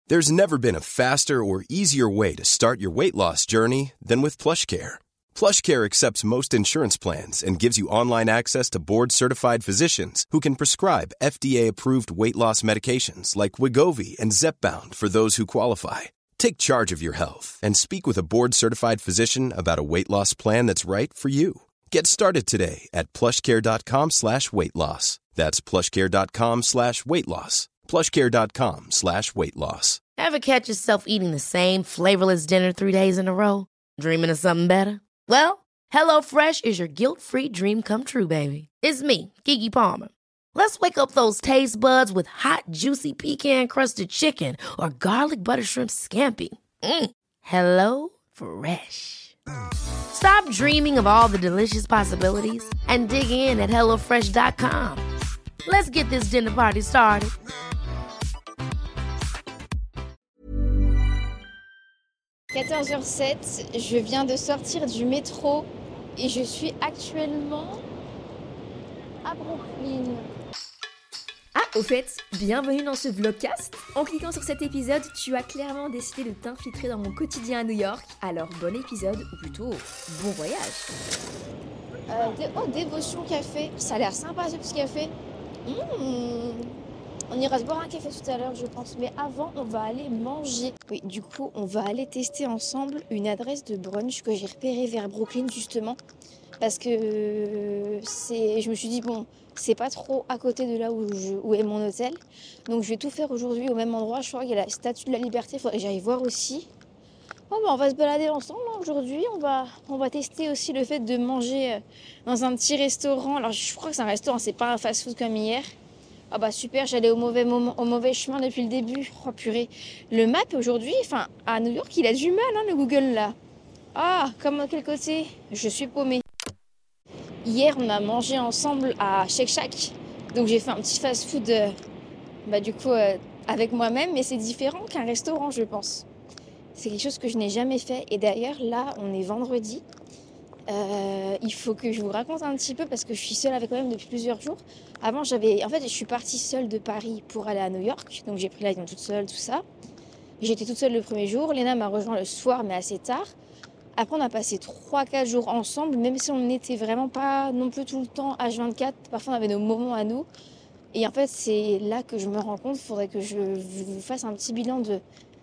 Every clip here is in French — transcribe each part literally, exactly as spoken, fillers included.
There's never been a faster or easier way to start your weight loss journey than with PlushCare. PlushCare accepts most insurance plans and gives you online access to board-certified physicians who can prescribe F D A-approved weight loss medications like Wegovy and Zepbound for those who qualify. Take charge of your health and speak with a board-certified physician about a weight loss plan that's right for you. Get started today at plushcare.com slash weight loss. That's plushcare.com slash weight loss. plushcare.com slash weight loss. Ever catch yourself eating the same flavorless dinner three days in a row? Dreaming of something better? Well, HelloFresh is your guilt-free dream come true, baby. It's me, Keke Palmer. Let's wake up those taste buds with hot, juicy pecan-crusted chicken or garlic butter shrimp scampi. Mm. Hello Fresh. Stop dreaming of all the delicious possibilities and dig in at hello fresh dot com. Let's get this dinner party started. quatorze heures sept, je viens de sortir du métro et je suis actuellement à Brooklyn. Ah, au fait, bienvenue dans ce vlogcast. En cliquant sur cet épisode, tu as clairement décidé de t'infiltrer dans mon quotidien à New York. Alors bon épisode, ou plutôt bon voyage. Euh, dé- oh, Dévotion Café, ça a l'air sympa ce petit café. Mmh. On ira se boire un café tout à l'heure, je pense. Mais avant, on va aller manger. Oui, du coup, on va aller tester ensemble une adresse de brunch que j'ai repérée vers Brooklyn, justement. Parce que c'est... je me suis dit, bon, c'est pas trop à côté de là où, je... où est mon hôtel. Donc, je vais tout faire aujourd'hui au même endroit. Je crois qu'il y a la Statue de la Liberté. Il faudrait que j'aille voir aussi. Bon, bah, on va se balader ensemble hein, aujourd'hui. On va... on va tester aussi le fait de manger dans un petit restaurant. Alors, je crois que c'est un restaurant, c'est pas un fast-food comme hier. Ah bah super, j'allais au mauvais moment, au mauvais chemin depuis le début. Oh purée. Le map aujourd'hui, enfin à New York, il a du mal hein, le Google là. Ah, comme à quel côté? Je suis paumée. Hier, on a mangé ensemble à Shake Shack. Donc j'ai fait un petit fast-food euh, bah du coup euh, avec moi-même, mais c'est différent qu'un restaurant, je pense. C'est quelque chose que je n'ai jamais fait et d'ailleurs là, on est vendredi. Euh, il faut que je vous raconte un petit peu parce que je suis seule avec moi-même depuis plusieurs jours. Avant, j'avais, en fait, je suis partie seule de Paris pour aller à New York, donc j'ai pris l'avion toute seule, tout ça. J'étais toute seule le premier jour. Léna m'a rejoint le soir, mais assez tard. Après, on a passé trois quatre jours ensemble, même si on n'était vraiment pas non plus tout le temps H vingt-quatre. Parfois, on avait nos moments à nous. Et en fait, c'est là que je me rends compte. Il faudrait que je vous fasse un petit bilan de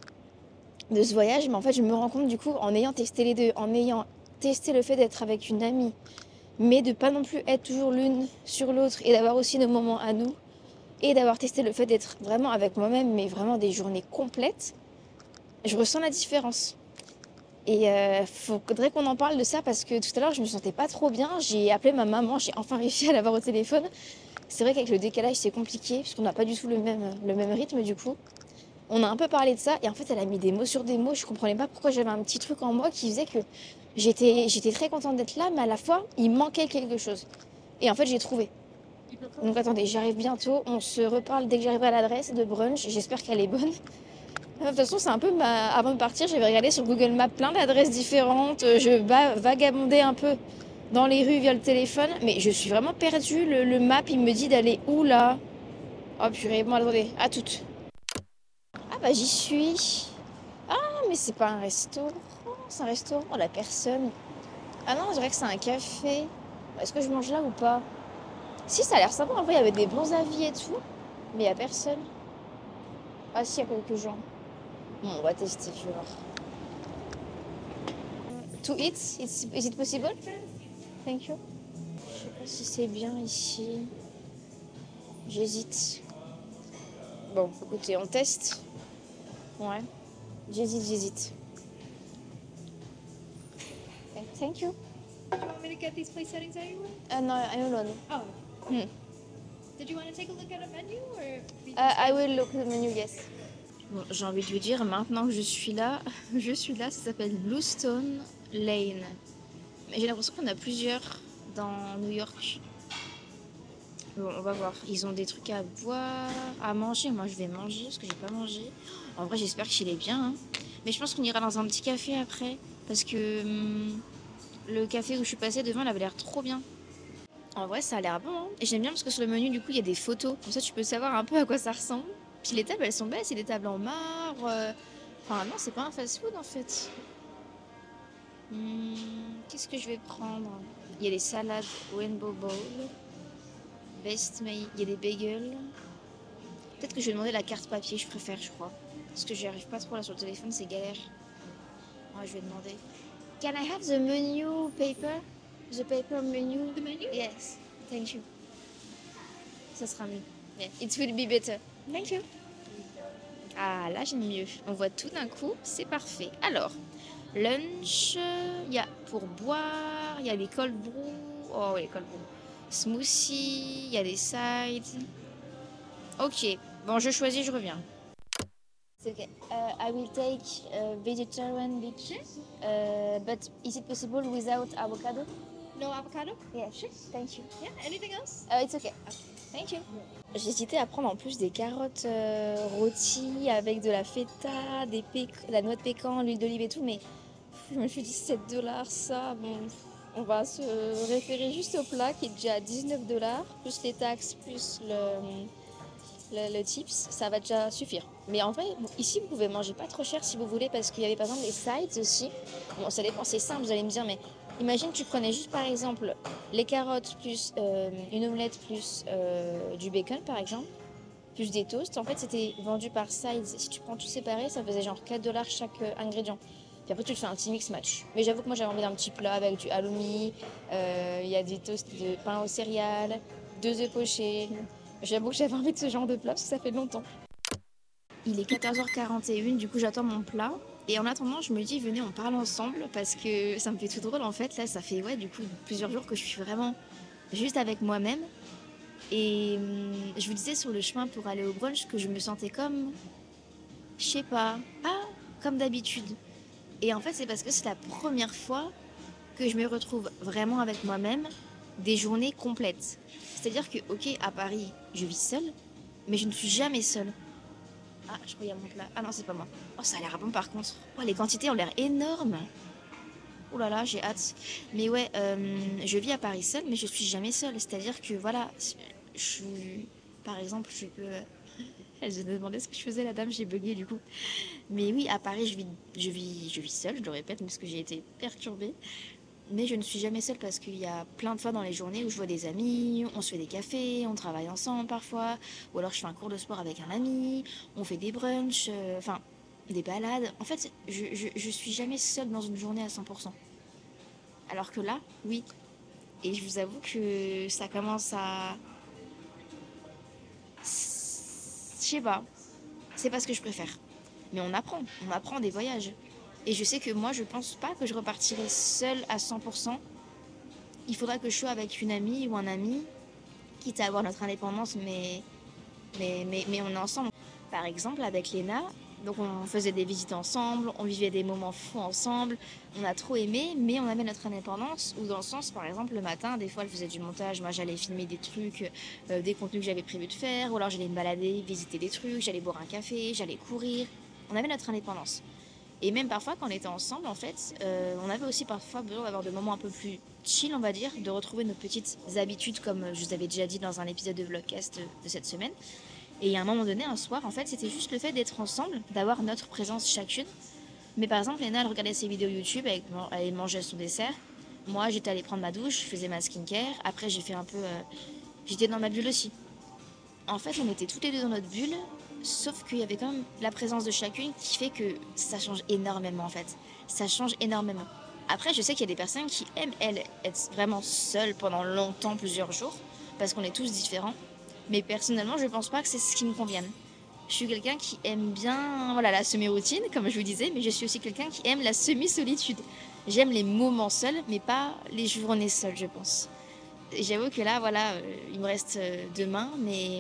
de ce voyage, mais en fait, je me rends compte du coup en ayant testé les deux, en ayant tester le fait d'être avec une amie, mais de pas non plus être toujours l'une sur l'autre et d'avoir aussi nos moments à nous et d'avoir testé le fait d'être vraiment avec moi-même, mais vraiment des journées complètes, je ressens la différence. Et euh, faudrait qu'on en parle de ça parce que tout à l'heure je me sentais pas trop bien, j'ai appelé ma maman, j'ai enfin réussi à l'avoir au téléphone. C'est vrai qu'avec le décalage c'est compliqué parce qu'on n'a pas du tout le même, le même rythme du coup. On a un peu parlé de ça et en fait elle a mis des mots sur des mots, je comprenais pas pourquoi j'avais un petit truc en moi qui faisait que J'étais, j'étais très contente d'être là, mais à la fois, il manquait quelque chose. Et en fait, j'ai trouvé. Donc attendez, j'arrive bientôt. On se reparle dès que j'arriverai à l'adresse de brunch. J'espère qu'elle est bonne. De toute façon, c'est un peu ma... avant de partir, j'avais regardé sur Google Maps plein d'adresses différentes. Je vagabondais un peu dans les rues via le téléphone. Mais je suis vraiment perdue. Le, le map, il me dit d'aller où là? Oh purée, bon attendez, à toutes. Ah bah j'y suis. Ah mais c'est pas un restaurant. C'est un restaurant, la personne. Ah non, je dirais que c'est un café. Est-ce que je mange là ou pas? Si, ça a l'air sympa. En vrai, il y avait des bons avis et tout. Mais il n'y a personne. Ah si, il y a quelques gens. Bon, on va tester, je vais voir. To eat, it's, is it possible? Thank you. Je sais pas si c'est bien ici. J'hésite. Bon, écoutez, on teste. Ouais. J'hésite, j'hésite. Thank you. Do you want me to get these place settings that you want? Uh, no, I'm alone. Oh. Hmm. Did you want to take a look at a menu or? Uh, I will look at the menu, yes. Bon, j'ai envie de vous dire, maintenant que je suis là, je suis là, ça s'appelle Bluestone Lane. Mais j'ai l'impression qu'on a plusieurs dans New York. Bon, on va voir. Ils ont des trucs à boire, à manger. Moi, je vais manger parce que j'ai pas mangé. En vrai, j'espère qu'il est bien. Hein. Mais je pense qu'on ira dans un petit café après parce que hum, le café où je suis passée devant, il avait l'air trop bien. En vrai, ça a l'air bon. Hein. Et j'aime bien parce que sur le menu, du coup, il y a des photos. Comme ça, tu peux savoir un peu à quoi ça ressemble. Puis les tables, elles sont belles, c'est des tables en marbre. euh, Enfin, non, c'est pas un fast-food en fait. Hmm, qu'est-ce que je vais prendre? Il y a des salades Rainbow Bowl. Best May. Il y a des bagels. Peut-être que je vais demander la carte papier, je préfère, je crois. Parce que j'y arrive pas trop là sur le téléphone, c'est galère. Ouais, je vais demander. Can I have the menu paper? The paper menu? The menu? Yes, thank you. Ça sera mieux. Yeah, it will be better. Thank you. Ah, là j'aime mieux. On voit tout d'un coup, c'est parfait. Alors, lunch, il y a pour boire, il y a les cold brew. Oh, les cold brew. Smoothie, il y a des sides. Ok, bon, je choisis, je reviens. C'est ok. Uh, I will take uh, vegetarian beach. Uh, but is it possible without avocado? No avocado? Yeah, sure. Thank you. Yeah, anything else? Uh, it's okay. Thank you. J'hésitais à prendre en plus des carottes euh, rôties avec de la feta, des péc- de la noix de pécan, l'huile d'olive et tout, mais je me suis dit sept dollars, ça, bon, on va se référer juste au plat qui est déjà à dix-neuf dollars, plus les taxes, plus le, le, le tips, ça va déjà suffire. Mais en vrai, ici, vous pouvez manger pas trop cher si vous voulez, parce qu'il y avait par exemple les sides aussi. Bon, ça dépend, c'est simple, vous allez me dire, mais imagine tu prenais juste par exemple les carottes plus euh, une omelette plus euh, du bacon par exemple, plus des toasts. En fait, c'était vendu par sides. Si tu prends tout séparé, ça faisait genre quatre dollars chaque euh, ingrédient. Puis après, tu te fais un petit mix match. Mais j'avoue que moi, j'avais envie d'un petit plat avec du halloumi. euh, Il y a des toasts de pain aux céréales, deux œufs pochés. J'avoue que j'avais envie de ce genre de plat parce que ça fait longtemps. Il est quatorze heures quarante et un, du coup j'attends mon plat. Et en attendant, je me dis, venez, on parle ensemble parce que ça me fait tout drôle en fait. Là, ça fait ouais, du coup plusieurs jours que je suis vraiment juste avec moi-même. Et hum, je vous disais sur le chemin pour aller au brunch que je me sentais comme, je sais pas, ah, comme d'habitude. Et en fait, c'est parce que c'est la première fois que je me retrouve vraiment avec moi-même des journées complètes. C'est-à-dire que, ok, à Paris, je vis seule, mais je ne suis jamais seule. Ah, je crois qu'il y a mon plat. Ah non, c'est pas moi. Oh, ça a l'air bon par contre. Oh, les quantités ont l'air énormes. Oh là là, j'ai hâte. Mais ouais, euh, je vis à Paris seule, mais je suis jamais seule. C'est-à-dire que voilà, je suis... Par exemple, je peux... Elle s'est demandé ce que je faisais, la dame, j'ai bugué du coup. Mais oui, à Paris, je vis, je vis, je vis seule, je le répète, parce que j'ai été perturbée. Mais je ne suis jamais seule parce qu'il y a plein de fois dans les journées où je vois des amis, on se fait des cafés, on travaille ensemble parfois, ou alors je fais un cours de sport avec un ami, on fait des brunchs, euh, enfin, des balades. En fait, je, je, je suis jamais seule dans une journée à cent pour cent. Alors que là, oui. Et je vous avoue que ça commence à... Je sais pas. C'est pas ce que je préfère. Mais on apprend. On apprend des voyages. Et je sais que moi, je pense pas que je repartirai seule à cent pour cent. Il faudra que je sois avec une amie ou un ami, quitte à avoir notre indépendance, mais, mais, mais, mais on est ensemble. Par exemple, avec Léna, donc on faisait des visites ensemble, on vivait des moments fous ensemble, on a trop aimé, mais on avait notre indépendance, ou dans le sens, par exemple, le matin, des fois, elle faisait du montage, moi j'allais filmer des trucs, euh, des contenus que j'avais prévu de faire, ou alors j'allais me balader, visiter des trucs, j'allais boire un café, j'allais courir. On avait notre indépendance. Et même parfois, quand on était ensemble, en fait, euh, on avait aussi parfois besoin d'avoir des moments un peu plus chill, on va dire, de retrouver nos petites habitudes, comme je vous avais déjà dit dans un épisode de Vlogcast de cette semaine. Et à un moment donné, un soir, en fait, c'était juste le fait d'être ensemble, d'avoir notre présence chacune. Mais par exemple, Léna, elle regardait ses vidéos YouTube, elle, elle mangeait son dessert. Moi, j'étais allée prendre ma douche, je faisais ma skincare. Après, j'ai fait un peu... Euh, j'étais dans ma bulle aussi. En fait, on était toutes les deux dans notre bulle, sauf qu'il y avait quand même la présence de chacune qui fait que ça change énormément, en fait. Ça change énormément. Après, je sais qu'il y a des personnes qui aiment, elles, être vraiment seules pendant longtemps, plusieurs jours, parce qu'on est tous différents. Mais personnellement, je pense pas que c'est ce qui me convienne. Je suis quelqu'un qui aime bien voilà, la semi-routine, comme je vous disais, mais je suis aussi quelqu'un qui aime la semi-solitude. J'aime les moments seuls, mais pas les journées seules, je pense. Et j'avoue que là, voilà, euh, il me reste euh, demain, mais...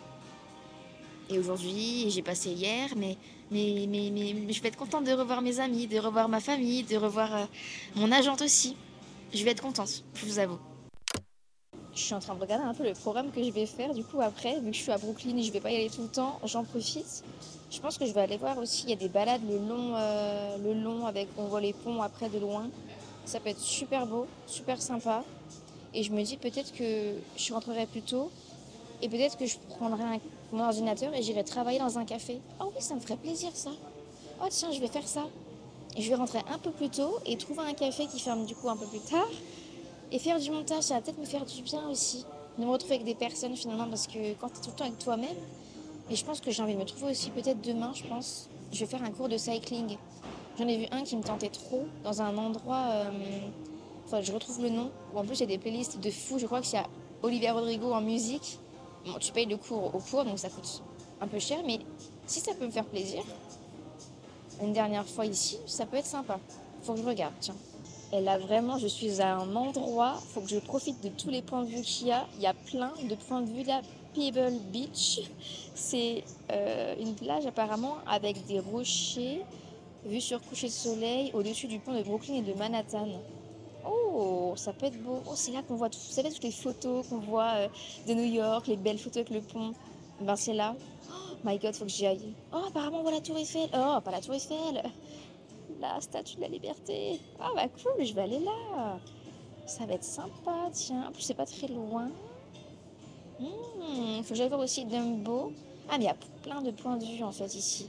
Et aujourd'hui, et j'ai passé hier, mais, mais, mais, mais, mais je vais être contente de revoir mes amis, de revoir ma famille, de revoir euh, mon agente aussi. Je vais être contente, je vous avoue. Je suis en train de regarder un peu le programme que je vais faire du coup après, vu que je suis à Brooklyn et je vais pas y aller tout le temps, j'en profite. Je pense que je vais aller voir aussi, il y a des balades le long, euh, le long avec, on voit les ponts après de loin. Ça peut être super beau, super sympa. Et je me dis peut-être que je rentrerai plus tôt et peut-être que je prendrai un, mon ordinateur et j'irai travailler dans un café. Oh oui, ça me ferait plaisir ça. Oh tiens, je vais faire ça. Et je vais rentrer un peu plus tôt et trouver un café qui ferme du coup un peu plus tard. Et faire du montage, ça va peut-être me faire du bien aussi. De me retrouver avec des personnes finalement, parce que quand tu es tout le temps avec toi-même, et je pense que j'ai envie de me trouver aussi peut-être demain, je pense, je vais faire un cours de cycling. J'en ai vu un qui me tentait trop dans un endroit, euh, enfin je retrouve le nom, où en plus il y a des playlists de fous, je crois que c'est à Olivia Rodrigo en musique. Bon, tu payes le cours au cours, donc ça coûte un peu cher, mais si ça peut me faire plaisir, une dernière fois ici, ça peut être sympa. Faut que je regarde, tiens. Et là vraiment, je suis à un endroit, faut que je profite de tous les points de vue qu'il y a. Il y a plein de points de vue là. Pebble Beach, c'est euh, une plage apparemment avec des rochers, vue sur coucher de soleil au-dessus du pont de Brooklyn et de Manhattan. Oh, ça peut être beau. Oh, c'est là qu'on voit, tout, vous savez, toutes les photos qu'on voit euh, de New York, les belles photos avec le pont. Ben c'est là. Oh my God, faut que j'y aille. Oh, apparemment on voit la Tour Eiffel. Oh, pas la Tour Eiffel. La Statue de la Liberté. Ah bah cool, je vais aller là. Ça va être sympa, tiens. En plus c'est pas très loin. Mmh, faut que j'aille voir aussi Dumbo. Ah mais il y a plein de points de vue en fait ici.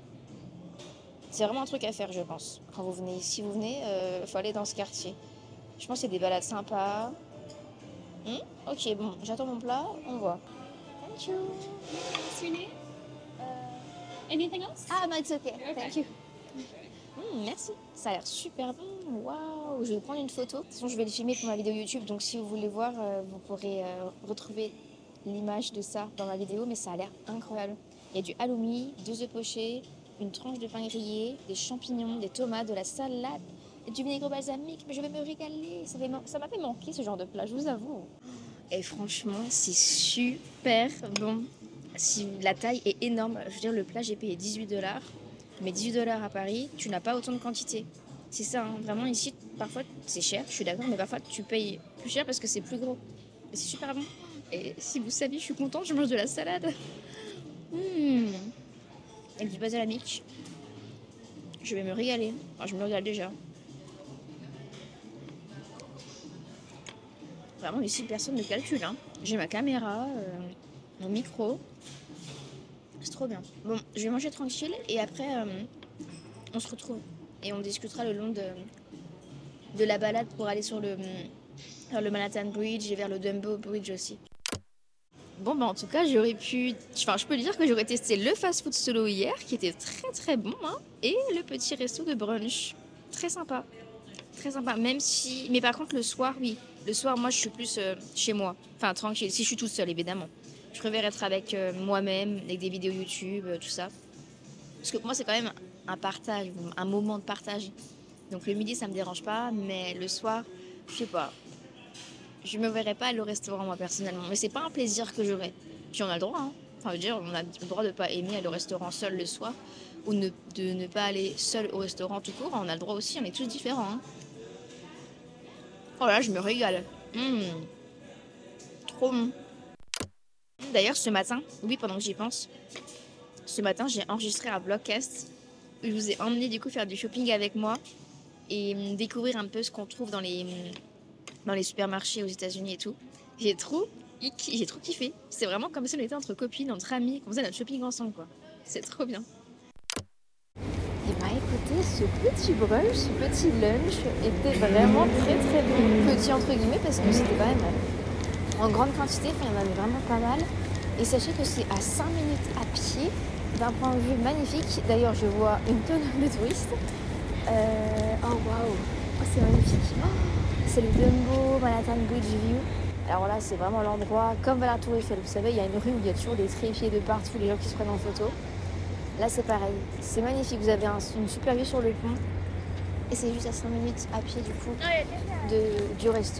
C'est vraiment un truc à faire je pense. Quand vous venez, si vous venez, euh, faut aller dans ce quartier. Je pense qu'il y a des balades sympas. Mmh, ok bon, j'attends mon plat, on voit. Thank you. What's your name? Uh, anything else? Ah non, it's okay. Thank you. Mmh, merci. Ça a l'air super bon. Waouh, je vais prendre une photo. De toute façon, je vais le filmer pour ma vidéo YouTube. Donc si vous voulez voir, euh, vous pourrez euh, retrouver l'image de ça dans ma vidéo, mais ça a l'air incroyable. Il y a du halloumi, deux œufs pochés, une tranche de pain grillé, des champignons, des tomates, de la salade, et du vinaigre balsamique. Mais je vais me régaler. Ça m'a ça m'a fait manquer ce genre de plat, je vous avoue. Et franchement, c'est super bon. Si la taille est énorme, je veux dire, le plat, j'ai payé dix-huit dollars. Mais dix-huit dollars à Paris, tu n'as pas autant de quantité. C'est ça, hein. Vraiment ici, parfois c'est cher, je suis d'accord, mais parfois tu payes plus cher parce que c'est plus gros. Mais c'est super bon. Et si vous saviez, je suis contente, je mange de la salade. Mmh. Avec du balsamique. Je vais me régaler. Enfin, je me régale déjà. Vraiment, ici, personne ne calcule. Hein. J'ai ma caméra, euh, mon micro. C'est trop bien. Bon, je vais manger tranquille et après, euh, on se retrouve. Et on discutera le long de, de la balade pour aller sur le, vers le Manhattan Bridge et vers le Dumbo Bridge aussi. Bon, bah en tout cas, j'aurais pu... Enfin, je peux dire que j'aurais testé le fast-food solo hier, qui était très très bon, hein, et le petit resto de brunch. Très sympa. Très sympa, même si... Mais par contre, le soir, oui. Le soir, moi, je suis plus euh, chez moi. Enfin, tranquille, si je suis toute seule, évidemment. Je préfère être avec euh, moi-même, avec des vidéos YouTube, euh, tout ça. Parce que pour moi, c'est quand même un partage, un moment de partage. Donc le midi, ça me dérange pas, mais le soir, je sais pas. Je me verrais pas aller au restaurant, moi, personnellement. Mais c'est pas un plaisir que j'aurais. Puis on a le droit, hein. Enfin, je veux dire, on a le droit de pas aimer aller au restaurant seul le soir, ou ne, de ne pas aller seul au restaurant tout court. On a le droit aussi, on est tous différents, hein. Oh là, je me régale. Mmh. Trop bon. D'ailleurs, ce matin, oui, pendant que j'y pense, ce matin, j'ai enregistré un vlogcast où je vous ai emmené du coup faire du shopping avec moi et découvrir un peu ce qu'on trouve dans les, dans les supermarchés aux États-Unis et tout. J'ai trop, j'ai trop kiffé. C'est vraiment comme si on était entre copines, entre amis, qu'on faisait notre shopping ensemble, quoi. C'est trop bien. Et bah écoutez, ce petit brunch, ce petit lunch était vraiment très très bon. Petit entre guillemets parce que c'était quand même en grande quantité, enfin il y en avait vraiment pas mal. Et sachez que c'est à cinq minutes à pied, d'un point de vue magnifique. D'ailleurs je vois une tonne de touristes. Euh... Oh waouh, oh, c'est magnifique. Oh, c'est le Dumbo Manhattan Bridge View. Alors là c'est vraiment l'endroit comme à la Tour Eiffel. Vous savez, il y a une rue où il y a toujours des trépieds de partout, les gens qui se prennent en photo. Là c'est pareil, c'est magnifique, vous avez un, une super vue sur le pont. Et c'est juste à cinq minutes à pied du coup de, du resto.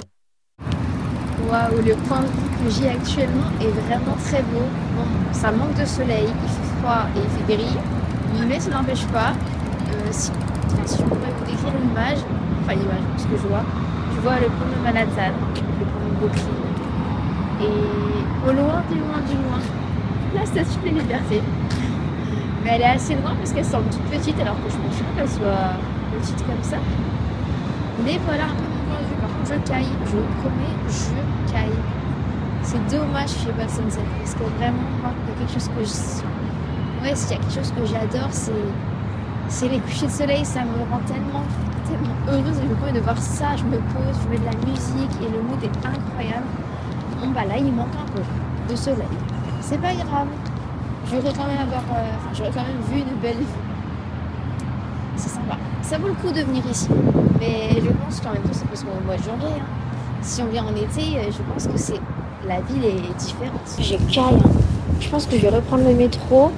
Waouh, le point de vue que j'ai actuellement est vraiment très beau. Bon, ça manque de soleil, il fait froid et il fait gris, mais ça n'empêche pas. Euh, si, si je pourrais vous décrire l'image, enfin l'image, ce que je vois, je vois le pont de Manhattan, le pont de Brooklyn. Et au loin, du loin, du loin, la Statue de la Liberté. Mais elle est assez loin parce qu'elle semble toute petite alors que je pense pas qu'elle soit petite comme ça. Mais voilà un peu mon point de vue. Par contre, je caille, je vous promets, je caille. C'est dommage que je fais pas de sunset parce que vraiment, moi, il y a quelque chose que je... Ouais, s'il y a quelque chose que j'adore, c'est... c'est les couchers de soleil. Ça me rend tellement, tellement heureuse. Je peux de voir ça, je me pose, je mets de la musique et le mood est incroyable. Bon, bah là, il manque un peu de soleil. C'est pas grave. J'aurais quand même avoir... euh, Enfin, j'aurais quand même vu une belle vue. C'est sympa. Ça vaut le coup de venir ici. Mais je pense qu'en même temps, c'est parce qu'on est au mois de janvier. Hein. Si on vient en été, je pense que c'est... la ville est différente. J'ai caille. Hein. Je pense que je vais reprendre le métro.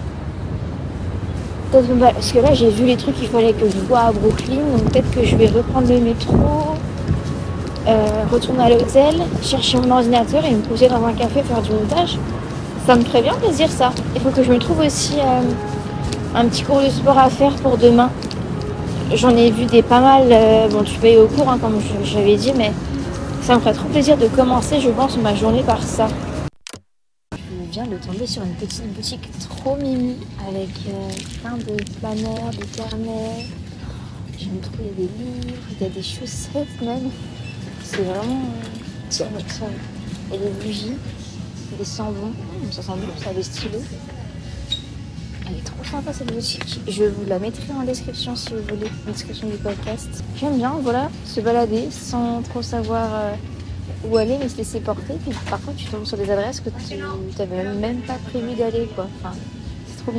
Parce que là, j'ai vu les trucs qu'il fallait que je vois à Brooklyn. Donc peut-être que je vais reprendre le métro, euh, retourner à l'hôtel, chercher mon ordinateur et me poser dans un café, faire du montage. Ça me ferait bien plaisir, ça. Il faut que je me trouve aussi euh, un petit cours de sport à faire pour demain. J'en ai vu des pas mal. Euh, bon, tu payes au cours, hein, comme j'avais dit, mais ça me ferait trop plaisir de commencer, je pense, ma journée par ça. Je viens de tomber sur une petite boutique trop mimi avec euh, plein de planeurs, de carnets. J'aime trop, il y a des livres, il y a des chaussettes même. C'est vraiment... Euh, tiens, ça. Il y a des bougies, des sambons. Mmh, ça sent bon, ça a des stylos. Elle est trop sympa cette boutique. Je vous la mettrai en description si vous voulez, en description du podcast. J'aime bien, voilà, se balader sans trop savoir euh, où aller, mais se laisser porter. Puis parfois tu tombes sur des adresses que tu n'avais même pas prévu d'aller, quoi. Enfin, c'est trop bien.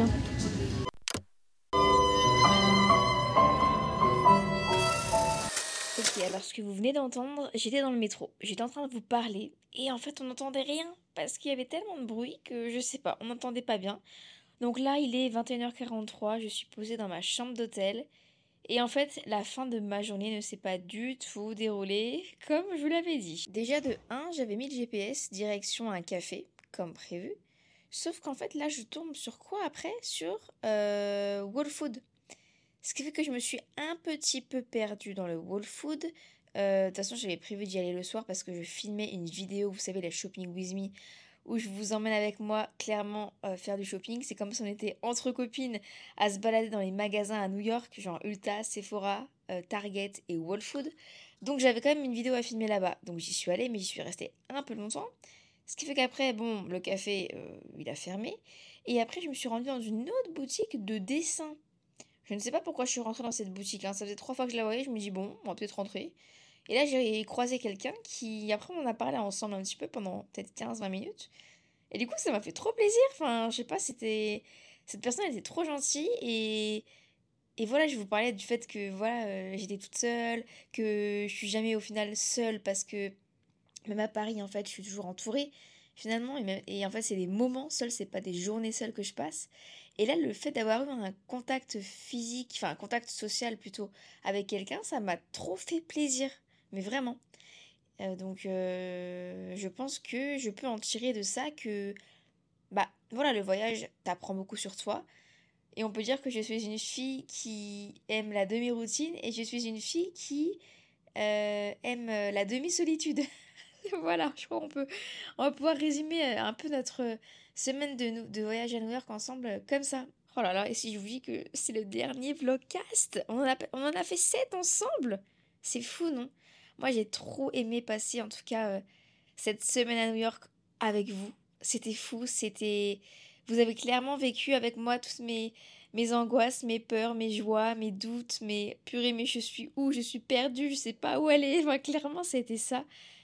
Ok, alors ce que vous venez d'entendre, j'étais dans le métro. J'étais en train de vous parler et en fait on n'entendait rien parce qu'il y avait tellement de bruit que je sais pas, on n'entendait pas bien. Donc là, il est vingt et une heures quarante-trois, je suis posée dans ma chambre d'hôtel. Et en fait, la fin de ma journée ne s'est pas du tout déroulée comme je vous l'avais dit. Déjà de un, j'avais mis le G P S direction un café, comme prévu. Sauf qu'en fait, là, je tombe sur quoi après? Sur euh, Whole Food. Ce qui fait que je me suis un petit peu perdue dans le Whole Food. Euh, de toute façon, j'avais prévu d'y aller le soir parce que je filmais une vidéo, vous savez, la Shopping With Me, où je vous emmène avec moi clairement euh, faire du shopping. C'est comme si on était entre copines à se balader dans les magasins à New York, genre Ulta, Sephora, euh, Target et Whole Food. Donc j'avais quand même une vidéo à filmer là-bas. Donc j'y suis allée, mais j'y suis restée un peu longtemps. Ce qui fait qu'après, bon, le café, euh, il a fermé. Et après, je me suis rendue dans une autre boutique de dessin. Je ne sais pas pourquoi je suis rentrée dans cette boutique. Hein. Ça faisait trois fois que je la voyais. Je me dis, bon, on va peut-être rentrer. Et là, j'ai croisé quelqu'un qui, après, on en a parlé ensemble un petit peu pendant peut-être quinze vingt minutes. Et du coup, ça m'a fait trop plaisir. Enfin, je sais pas, c'était... Cette personne était trop gentille. Et, et voilà, je vous parlais du fait que, voilà, euh, j'étais toute seule, que je suis jamais au final seule parce que même à Paris, en fait, je suis toujours entourée, finalement. Et, même- et en fait, c'est des moments seuls, c'est pas des journées seules que je passe. Et là, le fait d'avoir eu un contact physique, enfin, un contact social plutôt, avec quelqu'un, ça m'a trop fait plaisir. Mais vraiment. Euh, donc, euh, je pense que je peux en tirer de ça que, bah, voilà, le voyage t'apprend beaucoup sur toi. Et on peut dire que je suis une fille qui aime la demi-routine et je suis une fille qui euh, aime euh, la demi-solitude. Voilà, je crois qu'on peut, on va pouvoir résumer euh, un peu notre euh, semaine de, nou- de voyage à New York ensemble euh, comme ça. Oh là là, et si je vous dis que c'est le dernier vlogcast, on en a, on en a fait sept ensemble. C'est fou, non? Moi, j'ai trop aimé passer, en tout cas, euh, cette semaine à New York avec vous. C'était fou, c'était... Vous avez clairement vécu avec moi toutes mes, mes angoisses, mes peurs, mes joies, mes doutes, mes... Purée, mais je suis où? Je suis perdue, je sais pas où aller. Enfin, clairement, c'était ça.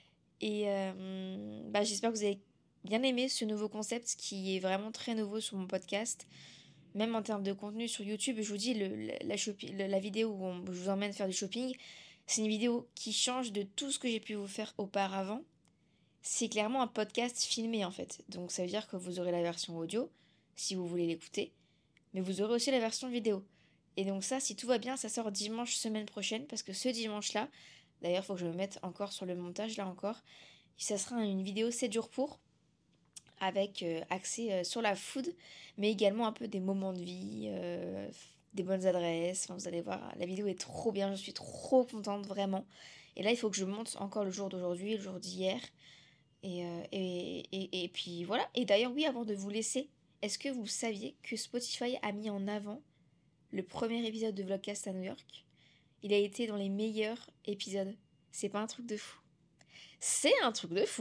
Et euh, bah, j'espère que vous avez bien aimé ce nouveau concept qui est vraiment très nouveau sur mon podcast. Même en termes de contenu sur YouTube, je vous dis, le, la, la, shopi- la vidéo où on- je vous emmène faire du shopping, c'est une vidéo qui change de tout ce que j'ai pu vous faire auparavant. C'est clairement un podcast filmé en fait. Donc ça veut dire que vous aurez la version audio, si vous voulez l'écouter, mais vous aurez aussi la version vidéo. Et donc ça, si tout va bien, ça sort dimanche semaine prochaine, parce que ce dimanche-là, d'ailleurs, il faut que je me mette encore sur le montage, là encore, ça sera une vidéo sept jours pour, avec euh, axé euh, sur la food, mais également un peu des moments de vie, euh, des bonnes adresses. Enfin, vous allez voir, la vidéo est trop bien, je suis trop contente, vraiment. Et là, il faut que je monte encore le jour d'aujourd'hui, le jour d'hier. Et, euh, et, et, et puis voilà. Et d'ailleurs, oui, avant de vous laisser, est-ce que vous saviez que Spotify a mis en avant le premier épisode de Vlogcast à New York? Il a été dans les meilleurs épisodes. C'est pas un truc de fou. C'est un truc de fou.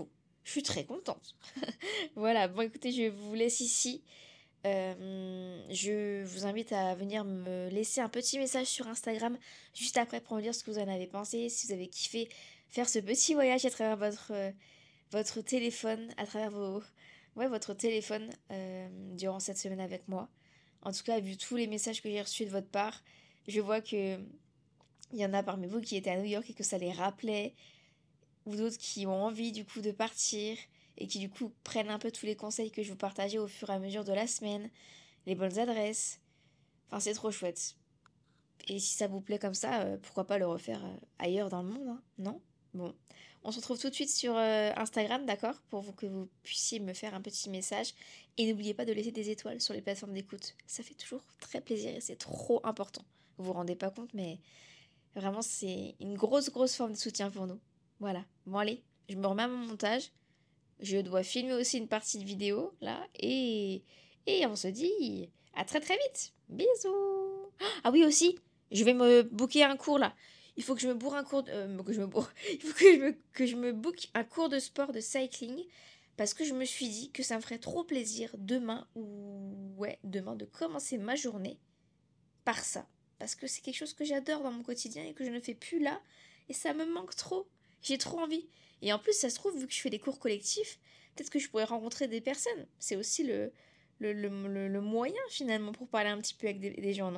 Je suis très contente. Voilà, bon écoutez, je vous laisse ici. Euh, je vous invite à venir me laisser un petit message sur Instagram juste après pour me dire ce que vous en avez pensé, si vous avez kiffé faire ce petit voyage à travers votre, euh, votre téléphone, à travers vos, ouais, votre téléphone euh, durant cette semaine avec moi. En tout cas, vu tous les messages que j'ai reçus de votre part, je vois que il y en a parmi vous qui étaient à New York et que ça les rappelait, ou d'autres qui ont envie du coup de partir et qui du coup prennent un peu tous les conseils que je vous partageais au fur et à mesure de la semaine, les bonnes adresses. Enfin, c'est trop chouette. Et si ça vous plaît comme ça, euh, pourquoi pas le refaire euh, ailleurs dans le monde, hein, non? Bon, on se retrouve tout de suite sur euh, Instagram, d'accord? Pour vous, que vous puissiez me faire un petit message. Et n'oubliez pas de laisser des étoiles sur les plateformes d'écoute. Ça fait toujours très plaisir et c'est trop important. Vous vous rendez pas compte, mais vraiment, c'est une grosse, grosse forme de soutien pour nous. Voilà. Bon, allez, je me remets à mon montage. Je dois filmer aussi une partie de vidéo, là. Et, et on se dit à très, très vite. Bisous. Ah oui, aussi, je vais me booker un cours, là. Il faut que je me bourre un cours... De, euh, que je me bourre. Il faut que je me, que je me book un cours de sport de cycling. Parce que je me suis dit que ça me ferait trop plaisir demain, ou ouais, demain, de commencer ma journée par ça. Parce que c'est quelque chose que j'adore dans mon quotidien et que je ne fais plus là. Et ça me manque trop. J'ai trop envie. Et en plus, ça se trouve, vu que je fais des cours collectifs, peut-être que je pourrais rencontrer des personnes. C'est aussi le, le, le, le, le moyen, finalement, pour parler un petit peu avec des, des gens, non?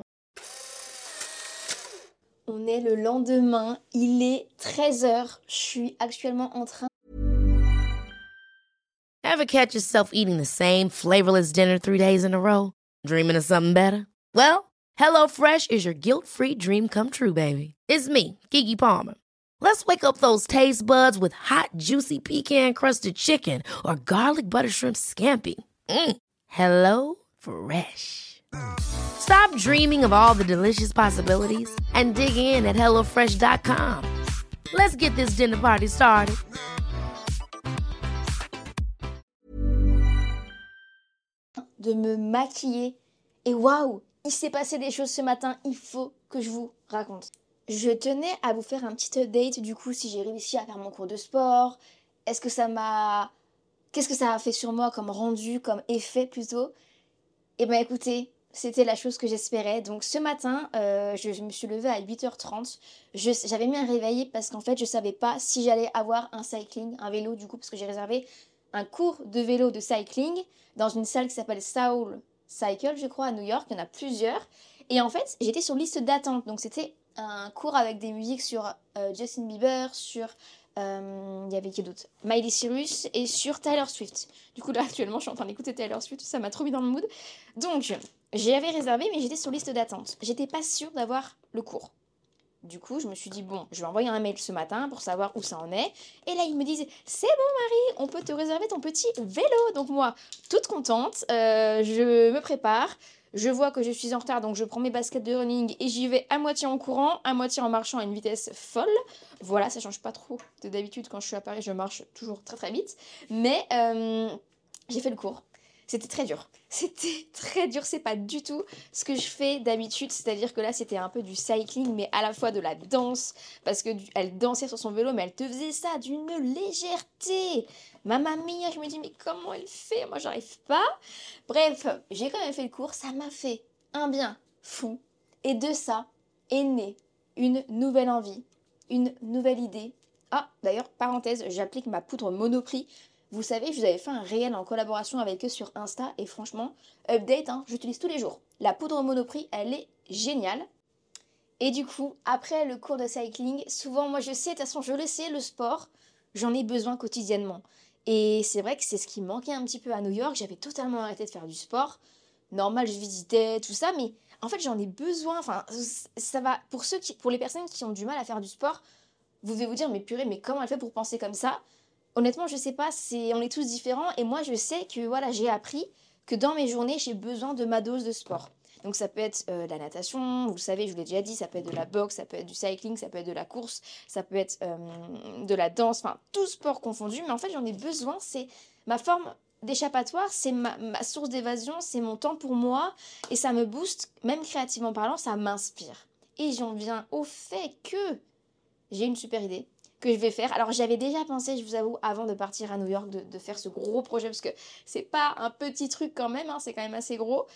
On est le lendemain, il est treize heures. Je suis actuellement en train... Ever catch yourself eating the same flavorless dinner three days in a row? Dreaming of something better? Well, HelloFresh is your guilt-free dream come true, baby. It's me, Keke Palmer. Let's wake up those taste buds with hot, juicy pecan-crusted chicken or garlic butter shrimp scampi. Mm. Hello Fresh. Stop dreaming of all the delicious possibilities and dig in at hello fresh dot com. Let's get this dinner party started. De me maquiller. Et waouh, il s'est passé des choses ce matin, il faut que je vous raconte. Je tenais à vous faire un petit update du coup si j'ai réussi à faire mon cours de sport. Est-ce que ça m'a... Qu'est-ce que ça a fait sur moi comme rendu, comme effet plutôt? Eh ben écoutez, c'était la chose que j'espérais. Donc ce matin, euh, je, je me suis levée à huit heures trente. Je, j'avais mis un réveil parce qu'en fait je savais pas si j'allais avoir un cycling, un vélo du coup, parce que j'ai réservé un cours de vélo de cycling dans une salle qui s'appelle Soul Cycle, je crois, à New York. Il y en a plusieurs. Et en fait, j'étais sur liste d'attente. Donc c'était un cours avec des musiques sur euh, Justin Bieber, sur... Euh, il y avait qui d'autre? Miley Cyrus et sur Taylor Swift. Du coup là actuellement je suis en train d'écouter Taylor Swift, ça m'a trop mis dans le mood. Donc j'avais réservé mais j'étais sur liste d'attente. J'étais pas sûre d'avoir le cours. Du coup je me suis dit bon, je vais envoyer un mail ce matin pour savoir où ça en est. Et là ils me disent c'est bon Marie, on peut te réserver ton petit vélo. Donc moi toute contente, euh, je me prépare. Je vois que je suis en retard, donc je prends mes baskets de running et j'y vais à moitié en courant, à moitié en marchant à une vitesse folle. Voilà, ça change pas trop de d'habitude. Quand je suis à Paris, je marche toujours très très vite. Mais euh, j'ai fait le cours. C'était très dur. C'était très dur. C'est pas du tout ce que je fais d'habitude. C'est-à-dire que là, c'était un peu du cycling, mais à la fois de la danse. Parce qu'elle dansait sur son vélo, mais elle te faisait ça d'une légèreté. Mamma mia, je me dis, mais comment elle fait? Moi, j'arrive pas. Bref, j'ai quand même fait le cours. Ça m'a fait un bien fou. Et de ça est née une nouvelle envie, une nouvelle idée. Ah, d'ailleurs, parenthèse, j'applique ma poudre Monoprix. Vous savez, je vous avais fait un réel en collaboration avec eux sur Insta. Et franchement, update, hein, j'utilise tous les jours. La poudre Monoprix, elle est géniale. Et du coup, après le cours de cycling, souvent, moi je sais, de toute façon, je le sais, le sport, j'en ai besoin quotidiennement. Et c'est vrai que c'est ce qui me manquait un petit peu à New York. J'avais totalement arrêté de faire du sport. Normal, je visitais, tout ça, mais en fait, j'en ai besoin. Enfin, ça va. Pour ceux qui, pour les personnes qui ont du mal à faire du sport, vous devez vous dire, mais purée, mais comment elle fait pour penser comme ça? Honnêtement, je sais pas, c'est, on est tous différents. Et moi, je sais que voilà, j'ai appris que dans mes journées, j'ai besoin de ma dose de sport. Donc ça peut être euh, la natation, vous le savez, je vous l'ai déjà dit, ça peut être de la boxe, ça peut être du cycling, ça peut être de la course, ça peut être euh, de la danse, enfin tout sport confondu. Mais en fait, j'en ai besoin, c'est ma forme d'échappatoire, c'est ma, ma source d'évasion, c'est mon temps pour moi. Et ça me booste, même créativement parlant, ça m'inspire. Et j'en viens au fait que j'ai une super idée. que je vais faire. Alors j'avais déjà pensé, je vous avoue, avant de partir à New York, de, de faire ce gros projet, parce que c'est pas un petit truc quand même, hein, c'est quand même assez gros.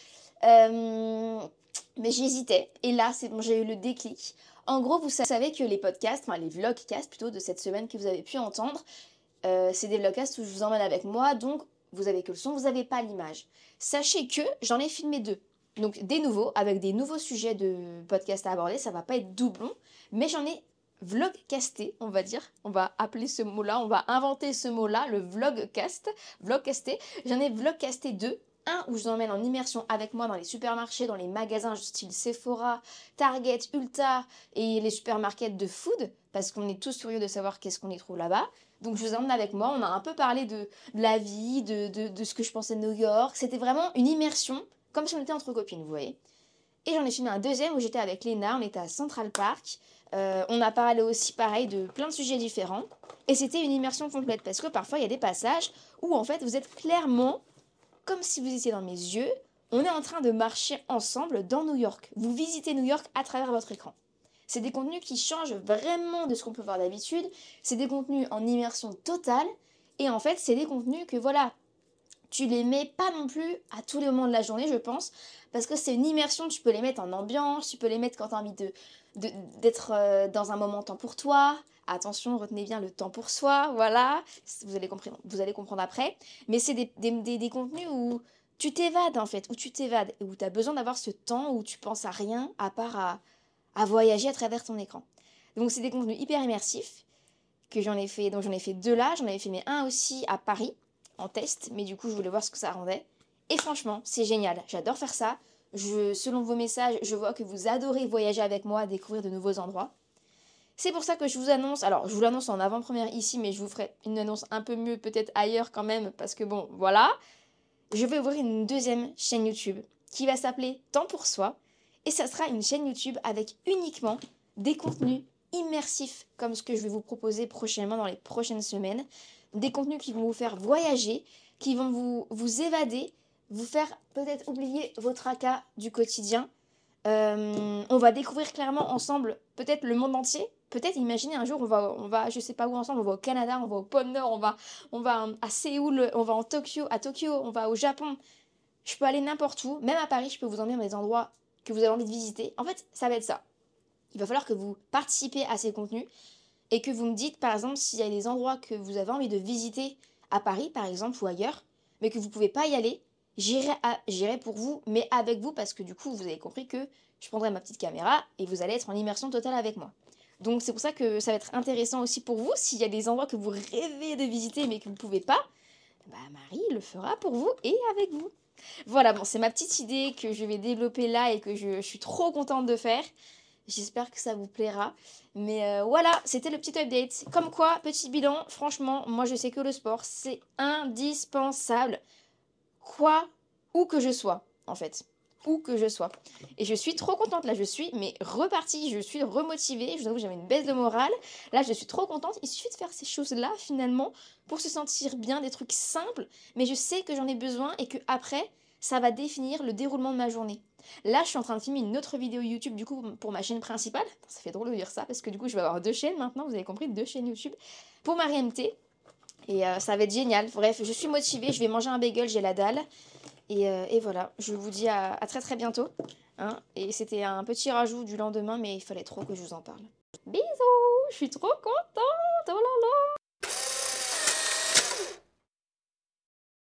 Euh, mais j'hésitais, et là c'est bon, j'ai eu le déclic. En gros, vous savez que les podcasts, enfin les vlogcasts plutôt de cette semaine que vous avez pu entendre, euh, c'est des vlogcasts où je vous emmène avec moi, donc vous avez que le son, vous n'avez pas l'image. Sachez que j'en ai filmé deux. Donc des nouveaux, avec des nouveaux sujets de podcast à aborder, ça va pas être doublon, mais j'en ai vlogcasté, on va dire. On va appeler ce mot-là, on va inventer ce mot-là, le vlogcast. Vlogcasté. J'en ai vlogcasté deux. Un où je vous emmène en immersion avec moi dans les supermarchés, dans les magasins style Sephora, Target, Ulta et les supermarkets de food, parce qu'on est tous curieux de savoir qu'est-ce qu'on y trouve là-bas. Donc je vous emmène avec moi, on a un peu parlé de, de la vie, de, de, de ce que je pensais de New York. C'était vraiment une immersion, comme si on était entre copines, vous voyez. Et j'en ai filmé un deuxième où j'étais avec Léna, on était à Central Park. Euh, on a parlé aussi pareil de plein de sujets différents. Et c'était une immersion complète parce que parfois il y a des passages où en fait vous êtes clairement, comme si vous étiez dans mes yeux, on est en train de marcher ensemble dans New York. Vous visitez New York à travers votre écran. C'est des contenus qui changent vraiment de ce qu'on peut voir d'habitude. C'est des contenus en immersion totale. Et en fait, c'est des contenus que voilà, tu les mets pas non plus à tous les moments de la journée, je pense. Parce que c'est une immersion, tu peux les mettre en ambiance, tu peux les mettre quand tu as envie de, de, d'être euh, dans un moment temps pour toi. Attention, retenez bien le temps pour soi, voilà. Vous allez comprendre, vous allez comprendre après. Mais c'est des, des, des, des contenus où tu t'évades en fait, où tu t'évades. Où tu as besoin d'avoir ce temps où tu penses à rien à part à... à voyager à travers ton écran. Donc c'est des contenus hyper immersifs que j'en ai fait. Donc j'en ai fait deux là, j'en avais filmé un aussi à Paris en test, mais du coup je voulais voir ce que ça rendait. Et franchement, c'est génial. J'adore faire ça. Je, selon vos messages, je vois que vous adorez voyager avec moi, découvrir de nouveaux endroits. C'est pour ça que je vous annonce, alors je vous l'annonce en avant-première ici, mais je vous ferai une annonce un peu mieux peut-être ailleurs quand même, parce que bon, voilà. Je vais ouvrir une deuxième chaîne YouTube qui va s'appeler Temps pour soi. Et ça sera une chaîne YouTube avec uniquement des contenus immersifs comme ce que je vais vous proposer prochainement dans les prochaines semaines. Des contenus qui vont vous faire voyager, qui vont vous, vous évader, vous faire peut-être oublier vos tracas du quotidien. Euh, on va découvrir clairement ensemble peut-être le monde entier. Peut-être, imaginez un jour, on va, on va, je sais pas où ensemble, on va au Canada, on va au pôle Nord, on va, on va à Séoul, on va en Tokyo, à Tokyo, on va au Japon. Je peux aller n'importe où, même à Paris, je peux vous emmener dans des endroits que vous avez envie de visiter. En fait, ça va être ça. Il va falloir que vous participiez à ces contenus et que vous me dites, par exemple, s'il y a des endroits que vous avez envie de visiter à Paris, par exemple, ou ailleurs, mais que vous ne pouvez pas y aller, j'irai, à, j'irai pour vous, mais avec vous, parce que du coup, vous avez compris que je prendrai ma petite caméra et vous allez être en immersion totale avec moi. Donc c'est pour ça que ça va être intéressant aussi pour vous, s'il y a des endroits que vous rêvez de visiter mais que vous ne pouvez pas, bah Marie le fera pour vous et avec vous. Voilà, bon, c'est ma petite idée que je vais développer là et que je, je suis trop contente de faire. J'espère que ça vous plaira. Mais euh, voilà, c'était le petit update. Comme quoi, petit bilan, franchement, moi je sais que le sport, c'est indispensable. Quoi, où que je sois, en fait. Où que je sois. Et je suis trop contente, là je suis mais repartie, je suis remotivée, je vous avoue que j'avais une baisse de morale, là je suis trop contente, il suffit de faire ces choses-là finalement pour se sentir bien, des trucs simples, mais je sais que j'en ai besoin et que après ça va définir le déroulement de ma journée. Là je suis en train de filmer une autre vidéo YouTube du coup pour ma chaîne principale, ça fait drôle de dire ça parce que du coup je vais avoir deux chaînes maintenant, vous avez compris, deux chaînes YouTube, pour Marie M T, et euh, ça va être génial, bref je suis motivée, je vais manger un bagel, j'ai la dalle. Et, euh, et voilà, je vous dis à, à très très bientôt. Hein, et c'était un petit rajout du lendemain, mais il fallait trop que je vous en parle. Bisous, je suis trop contente. Oh là là.